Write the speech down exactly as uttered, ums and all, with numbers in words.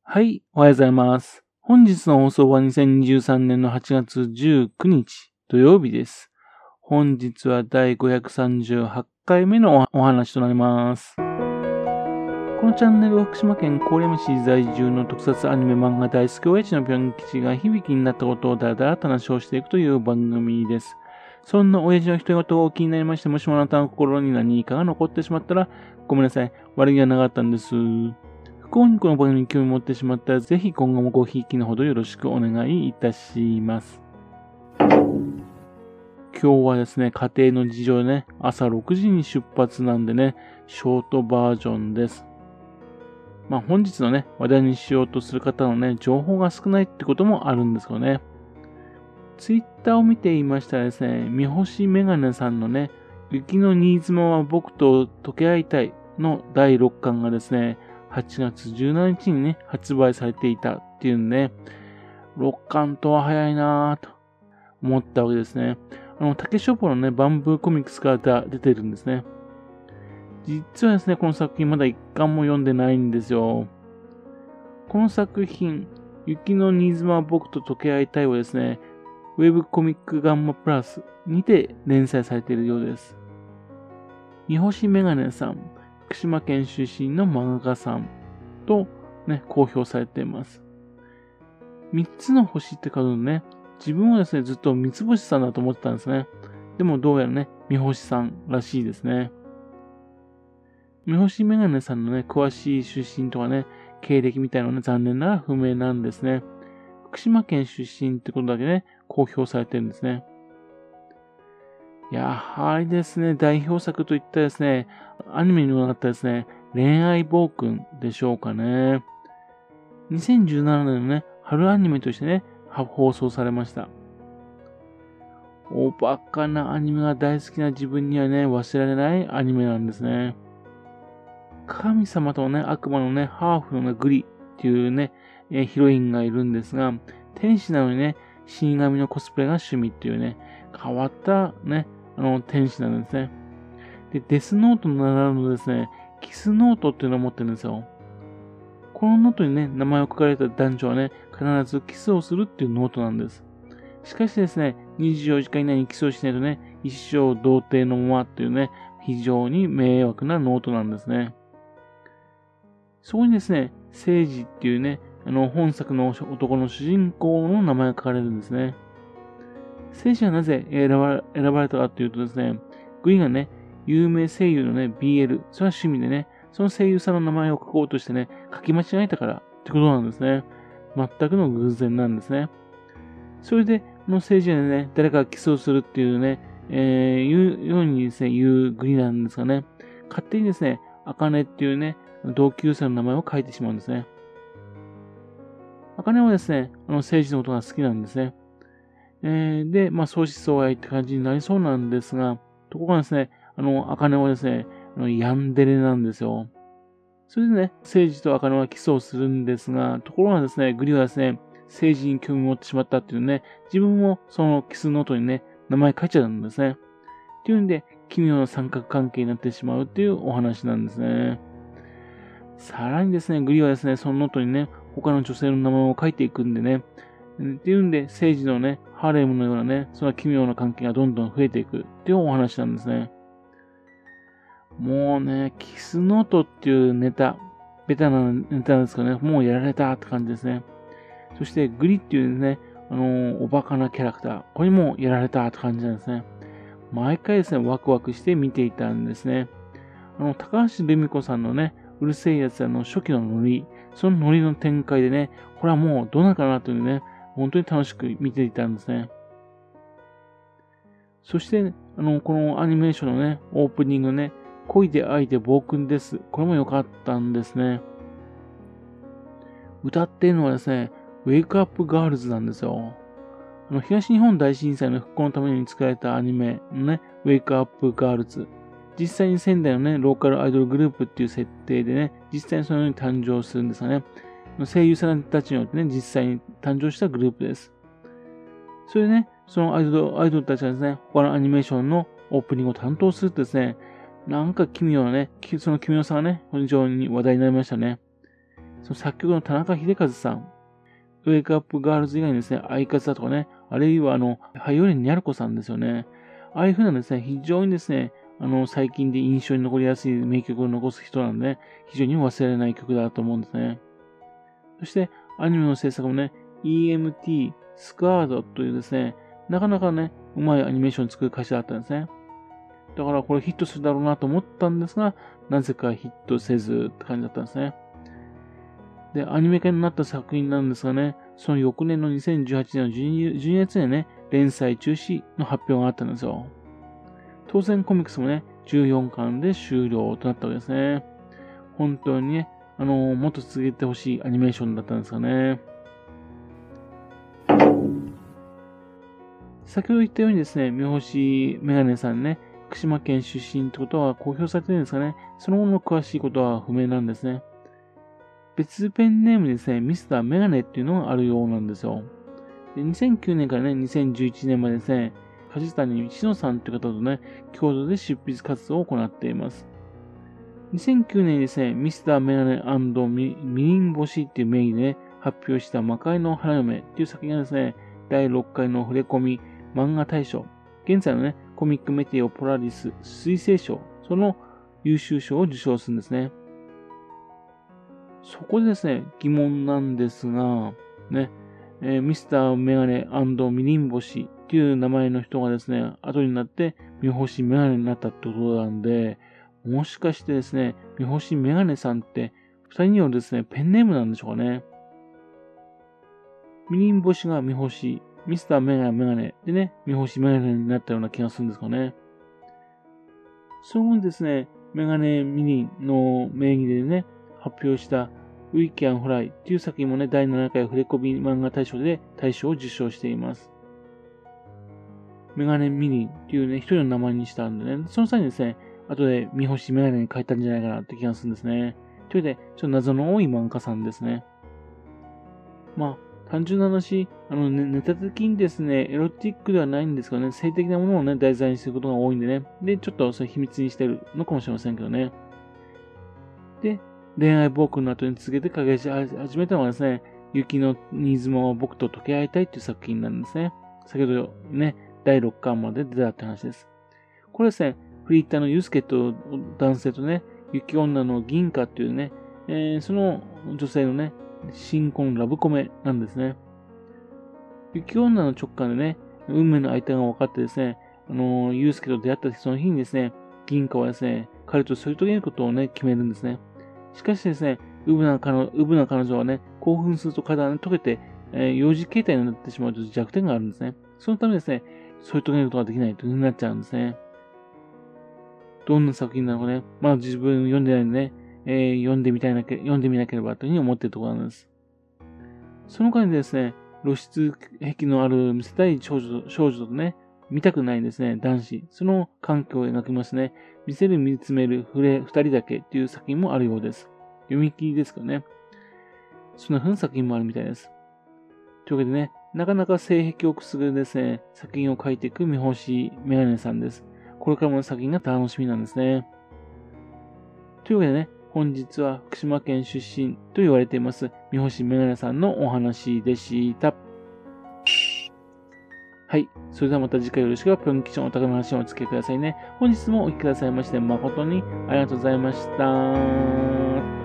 はい、おはようございます。本日の放送はにせんにじゅうさんねんのはちがつじゅうくにち土曜日です。本日はだいごひゃくさんじゅうはちかいめのお話となります。このチャンネルは福島県郡山市在住の特撮アニメ漫画大好き親父のぴょん吉が響きになったことをだらだらと話をしていくという番組です。そんな親父の人事を気になりまして、もしもあなたの心に何かが残ってしまったらごめんなさい。悪気はなかったんです。不幸にこの番組に興味を持ってしまったら、ぜひ今後もごひいきのほどよろしくお願いいたします。今日はですね、家庭の事情でね、朝ろくじに出発なんでね、ショートバージョンです。まあ本日のね、話題にしようとする方のね、情報が少ないってこともあるんですけどね。ツイッターを見ていましたらですね、三星メガネさんのね、雪の新妻は僕と溶け合いたいのだいろっかんがですね、はちがつじゅうしちにちにね、発売されていたっていうんで、ろっかんとは早いなぁと思ったわけですね。あの、竹書房のね、バンブーコミックスから出てるんですね。実はですね、この作品まだいっかんも読んでないんですよ。この作品、雪の新妻は僕と溶け合いたいはですね、ウェブコミックガンマプラスにて連載されているようです。三星メガネさん、福島県出身の漫画家さんとね、公表されています。三つの星って数のね、自分はですね、ずっと三つ星さんだと思ってたんですね。でもどうやらね、三星さんらしいですね。三星メガネさんのね、詳しい出身とかね、経歴みたいなのはね、残念ながら不明なんですね。福島県出身ってことだけね、公表されてるんですね。やはりですね、代表作といったですね、アニメにもなったですね、恋愛暴君でしょうかね。にせんじゅうななねんのね、春アニメとしてね、放送されました。おバカなアニメが大好きな自分にはね、忘れられないアニメなんですね。神様とね、悪魔のね、ハーフのね、グリっていうね、ヒロインがいるんですが、天使なのにね、死神のコスプレが趣味っていうね、変わったね、あの、天使なんですね。で、デスノートの並ぶのですね、キスノートっていうのを持ってるんですよ。このノートにね、名前を書かれた男女はね、必ずキスをするっていうノートなんです。しかしですね、にじゅうよじかん以内にキスをしないとね、一生童貞のままっていうね、非常に迷惑なノートなんですね。そこにですね、聖司っていうね、あの、本作の男の主人公の名前が書かれるんですね。聖司はなぜ選ば選ばれたかというとですね、グリがね、有名声優のね、ビーエル、それは趣味でね、その声優さんの名前を書こうとしてね、書き間違えたからってことなんですね。全くの偶然なんですね。それで、この聖司でね、誰かがキスをするっていうね、えー、言うようにですね、言うグリなんですがね、勝手にですね、アカネっていうね、同級生の名前を書いてしまうんですね。アカネはですね、あの、聖司のことが好きなんですね。えー、で、まあ、相思相愛って感じになりそうなんですが、ところがですね、あの、アカネはですね、あのヤンデレなんですよ。それでね、聖司とアカネはキスをするんですが、ところがですね、グリはですね、聖司に興味を持ってしまったっていうね、自分もそのキスノートにね、名前書いちゃうんですね。っていうんで、奇妙な三角関係になってしまうっていうお話なんですね。さらにですね、グリはですね、そのノートにね、他の女性の名前を書いていくんでね、っていうんで、聖司のね、ハーレムのようなね、その奇妙な関係がどんどん増えていくっていうお話なんですね。もうね、キスノートっていうネタ、ベタなネタですかね、もうやられたって感じですね。そして、グリっていうね、あのー、おバカなキャラクター、これもやられたって感じなんですね。毎回ですね、ワクワクして見ていたんですね。あの、高橋留美子さんのね、うるせえやつの初期のノリ、そのノリの展開でね、これはもうどうなるかなというね、本当に楽しく見ていたんですね。そして、あの、このアニメーションのね、オープニングね、恋で愛で暴君です。これも良かったんですね。歌っているのはですね、ウェイクアップガールズなんですよ。あの、東日本大震災の復興のために作られたアニメのね、ウェイクアップガールズ。実際に仙台のね、ローカルアイドルグループっていう設定でね、実際にそのように誕生するんですがね、声優さんたちによってね、実際に誕生したグループです。それでね、そのアイドル、アイドルたちがですね、他のアニメーションのオープニングを担当するとですね、なんか奇妙なね、その奇妙さがね、非常に話題になりましたね。 その作曲の田中秀和さん、ウェイクアップガールズ以外にですね、相方とかね、あるいはあの、ハイオレンニャルコさんですよね。ああいう風なですね、非常にですね、あの、最近で印象に残りやすい名曲を残す人なんで、ね、非常に忘れられない曲だと思うんですね。そして、アニメの制作もね、イーエムティー スクワードというですね、なかなかね、うまいアニメーションを作る会社だったんですね。だからこれヒットするだろうなと思ったんですが、なぜかヒットせずって感じだったんですね。で、アニメ化になった作品なんですがね、その翌年のにせんじゅうはちねんのじゅうにがつにね、連載中止の発表があったんですよ。当然コミックスもね、じゅうよんかんで終了となったわけですね。本当にね、あのー、もっと続けてほしいアニメーションだったんですがね。先ほど言ったようにですね、三星メガネさんね、福島県出身ってことは公表されてるんですかね、その後の詳しいことは不明なんですね。別ペンネームでですね、ミスターメガネっていうのがあるようなんですよ。でにせんきゅうねんからね、にせんじゅういちねんまでですね、梶谷志乃さんって方とね、共同で執筆活動を行っています。にせんきゅうねんにですね、ミスターメガネ&ミリン星っていう名義で、ね、発表した魔界の花嫁っていう作品がですね、だいろっかいの触れ込み漫画大賞、現在のね、コミックメテオポラリス水星賞、その優秀賞を受賞するんですね。そこでですね、疑問なんですが、ね、えー、ミスターメガネ&ミリン星っていう名前の人がですね、後になって三星メガネになったってことなんで、もしかしてですね、三星メガネさんって二人によるですね、ペンネームなんでしょうかね。ミリン星が三星、ミスターメガネメガネでね、三星メガネになったような気がするんですかね。その後にですね、メガネミリンの名義でね、発表したウィキャンフライっていう作品もね、だいななかい触れ込み漫画大賞で大賞を受賞しています。メガネミリンっていうね、一人の名前にしたんでね、その際にですね、後で三星メガネに変えたんじゃないかなって気がするんですね。というわけで、ちょっと謎の多い漫画家さんですね。まあ、単純な話、あの、ね、ネタ的にですね、エロティックではないんですけどね、性的なものをね、題材にすることが多いんでね。で、ちょっとそれ秘密にしてるのかもしれませんけどね。で、恋愛暴君の後に続けて書き始めたのはですね、雪の新妻は僕と溶け合いたいっていう作品なんですね。先ほどね、だいろっかんまで出たって話です。これですね、フリーターのユースケと男性とね、雪女の銀貨っていうね、えー、その女性のね、新婚ラブコメなんですね。雪女の直感でね、運命の相手が分かってですね、あのー、ユースケと出会ったその日にですね、銀貨はですね、彼と添い遂げることをね、決めるんですね。しかしですね、ウブな彼ウブな彼女はね、興奮すると体が、ね、溶けて、えー、幼児形態になってしまうと弱点があるんですね。そのためですね、添い遂げることができないというふうになっちゃうんですね。どんな作品なのかね、まだ自分読んでないんでね、えー、読んでみたいなけ、読んでみなければというふうに思っているところなんです。その間にですね、露出癖のある見せたい少女少女とね、見たくないですね、男子。その環境を描きますね。見せる、見つめる、触れ、二人だけっていう作品もあるようです。読み切りですけどね。そんな風な作品もあるみたいです。というわけでね、なかなか性癖をくすぐるですね、作品を描いていく三星メガネさんです。これからも作品が楽しみなんですね。というわけでね、本日は福島県出身と言われています三星メガネさんのお話でした。はい。それではまた次回よろしければ、ぴょん吉のお宝の話をお付けくださいね。本日もお聞きくださいまして誠にありがとうございました。